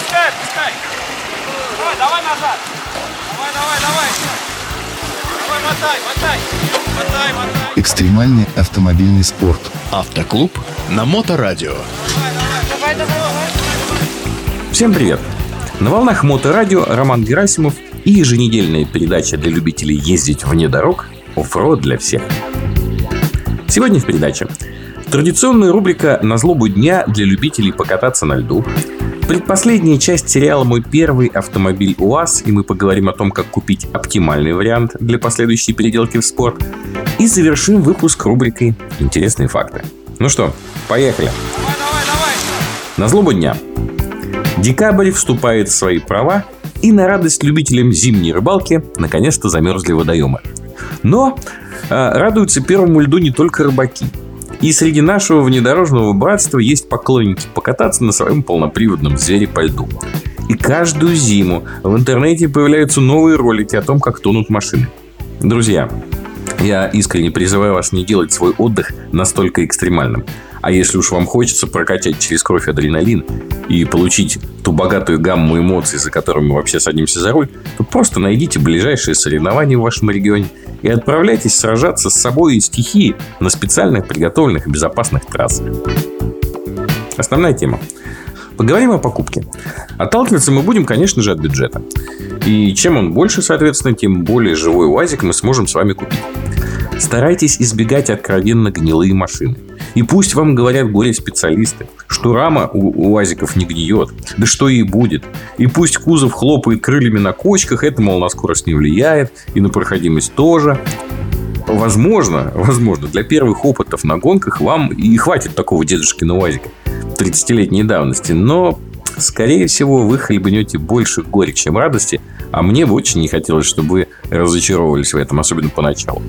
отпускай. Давай назад. Давай. Мотай. Экстремальный автомобильный спорт. Автоклуб на Моторадио. Давай. Всем привет! На волнах Моторадио Роман Герасимов и еженедельная передача для любителей ездить вне дорог «Оффроуд для всех». Сегодня в передаче традиционная рубрика «На злобу дня» для любителей покататься на льду, предпоследняя часть сериала «Мой первый автомобиль УАЗ», и мы поговорим о том, как купить оптимальный вариант для последующей переделки в спорт, и завершим выпуск рубрикой «Интересные факты». Ну что, поехали! Давай. На злобу дня. Декабрь вступает в свои права, и на радость любителям зимней рыбалки наконец-то замерзли водоемы. Но радуются первому льду не только рыбаки. И среди нашего внедорожного братства есть поклонники покататься на своем полноприводном звере по льду. И каждую зиму в интернете появляются новые ролики о том, как тонут машины. Друзья, я искренне призываю вас не делать свой отдых настолько экстремальным. А если уж вам хочется прокачать через кровь адреналин и получить ту богатую гамму эмоций, за которыми мы вообще садимся за руль, то просто найдите ближайшие соревнования в вашем регионе и отправляйтесь сражаться с собой и стихией на специальных приготовленных и безопасных трассах. Основная тема. Поговорим о покупке. Отталкиваться мы будем, конечно же, от бюджета. И чем он больше, соответственно, тем более живой УАЗик мы сможем с вами купить. Старайтесь избегать откровенно гнилые машины. И пусть вам говорят горе-специалисты, что рама у УАЗиков не гниет, да что и будет. И пусть кузов хлопает крыльями на кочках, это, мол, на скорость не влияет, и на проходимость тоже. Возможно, для первых опытов на гонках вам и хватит такого дедушкина УАЗика 30-летней давности, но, скорее всего, вы хлебнете больше горек, чем радости, а мне бы очень не хотелось, чтобы вы разочаровывались в этом, особенно поначалу.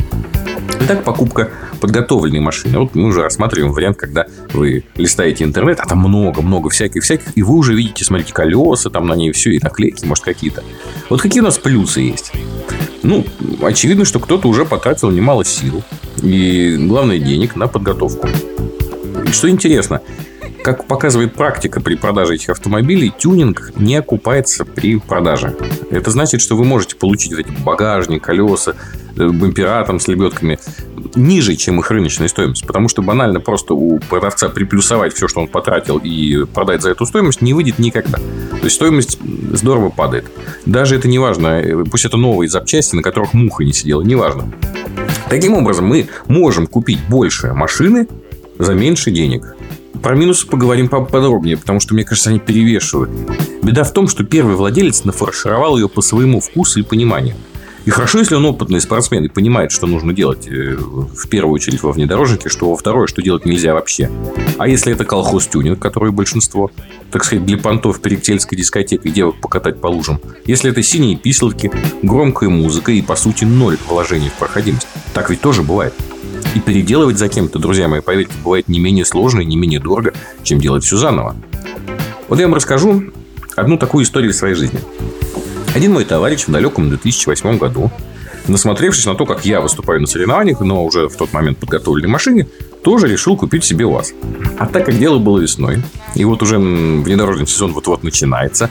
Итак, покупка подготовленной машины. Вот мы уже рассматриваем вариант, когда вы листаете интернет, а там много всяких, и вы уже видите, смотрите, колеса, там на ней все, и наклейки, может, какие-то. Вот какие у нас плюсы есть? Ну, очевидно, что кто-то уже потратил немало сил и, главное, денег на подготовку. И что интересно, как показывает практика при продаже этих автомобилей, тюнинг не окупается при продаже. Это значит, что вы можете получить эти багажник, колеса, бампера там с лебедками ниже, чем их рыночная стоимость. Потому что банально просто у продавца приплюсовать все, что он потратил, и продать за эту стоимость не выйдет никогда. То есть стоимость здорово падает. Даже это не важно. Пусть это новые запчасти, на которых муха не сидела, не важно. Таким образом, мы можем купить больше машины за меньше денег. Про минусы поговорим поподробнее, потому что, мне кажется, они перевешивают. Беда в том, что первый владелец нафаршировал ее по своему вкусу и пониманию. И хорошо, если он опытный спортсмен и понимает, что нужно делать в первую очередь во внедорожнике, что во второе, что делать нельзя вообще. А если это колхоз-тюнинг, который большинство, так сказать, для понтов перед сельской дискотекой девок покатать по лужам. Если это синие писелки, громкая музыка и, по сути, ноль вложений в проходимость. Так ведь тоже бывает. И переделывать за кем-то, друзья мои, поверьте, бывает не менее сложно и не менее дорого, чем делать все заново. Вот я вам расскажу одну такую историю из своей жизни. Один мой товарищ в далеком 2008 году, насмотревшись на то, как я выступаю на соревнованиях, но уже в тот момент подготовленной машине, тоже решил купить себе УАЗ. А так как дело было весной, и вот уже внедорожный сезон вот-вот начинается,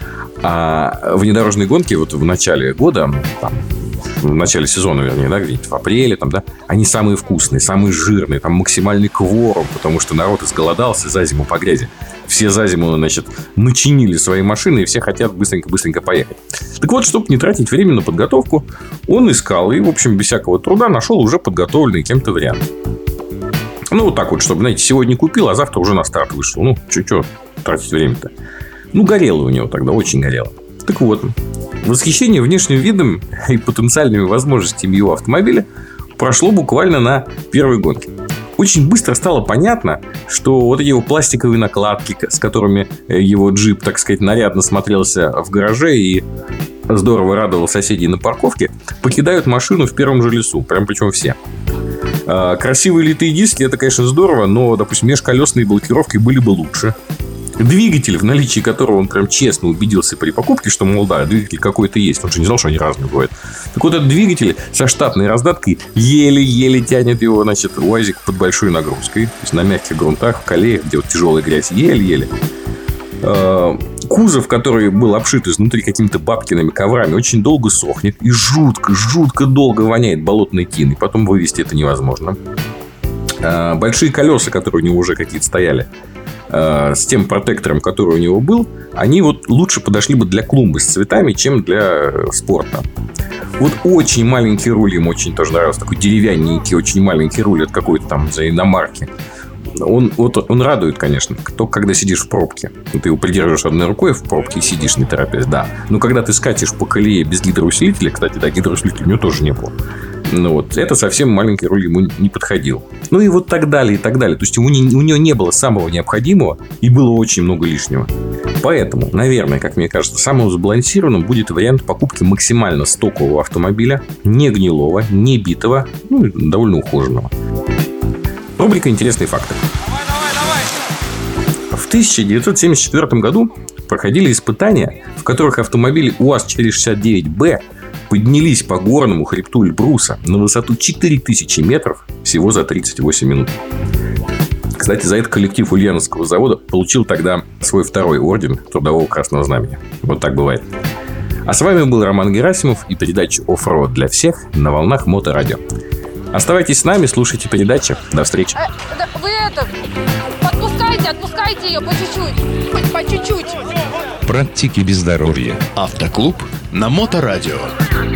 а внедорожные гонки вот в начале года, там, в начале сезона, вернее, да, где-нибудь в апреле, там, да, они самые вкусные, самые жирные, там максимальный кворум, потому что народ изголодался за зиму по грязи. Все за зиму, значит, начинили свои машины, и все хотят быстренько поехать. Так вот, чтобы не тратить время на подготовку, он искал и, в общем, без всякого труда нашел уже подготовленный кем-то вариант. Ну, вот так вот, чтобы, знаете, сегодня купил, а завтра уже на старт вышел. Ну, чё тратить время-то? Ну, горело у него тогда, очень горело. Так вот, восхищение внешним видом и потенциальными возможностями его автомобиля прошло буквально на первой гонке. Очень быстро стало понятно, что вот эти его пластиковые накладки, с которыми его джип, так сказать, нарядно смотрелся в гараже и здорово радовал соседей на парковке, покидают машину в первом же лесу. Прям причем все. Красивые литые диски, это, конечно, здорово, но, допустим, межколесные блокировки были бы лучше. Двигатель, в наличии которого он прям честно убедился при покупке, что, мол, да, двигатель какой-то есть. Он же не знал, что они разные бывают. Так вот, этот двигатель со штатной раздаткой еле-еле тянет его, значит, УАЗик под большой нагрузкой. То есть на мягких грунтах, в колеях, где вот тяжелая грязь, еле-еле. кузов, который был обшит изнутри какими-то бабкиными коврами, очень долго сохнет и жутко долго воняет болотной тиной. Потом вывести это невозможно. Большие колеса, которые у него уже какие-то стояли, с тем протектором, который у него был, они вот лучше подошли бы для клумбы с цветами, чем для спорта. Вот очень маленький руль ему очень тоже нравился. Такой деревянненький, очень маленький руль от какой-то там за иномарки. Он радует, конечно, только когда сидишь в пробке. Ты его придерживаешь одной рукой в пробке и сидишь, не торопясь, да. Но когда ты скатишь по колее без гидроусилителя, кстати, да, гидроусилителя у него тоже не было. Ну вот, это совсем маленький руль ему не подходил. Ну и вот так далее, и так далее. То есть у него не было самого необходимого и было очень много лишнего. Поэтому, наверное, как мне кажется, самым сбалансированным будет вариант покупки максимально стокового автомобиля, не гнилого, не битого, ну и довольно ухоженного. Рубрика «Интересные факты». В 1974 году проходили испытания, в которых автомобили УАЗ-469Б поднялись по горному хребту Эльбруса на высоту 4000 метров всего за 38 минут. Кстати, за это коллектив Ульяновского завода получил тогда свой второй орден Трудового Красного Знамени. Вот так бывает. А с вами был Роман Герасимов и передача «Оффроуд для всех» на волнах Моторадио. Оставайтесь с нами, слушайте передачи. До встречи. Вы отпускайте ее по чуть-чуть. По чуть-чуть. Практики бездоровья. Автоклуб на Моторадио.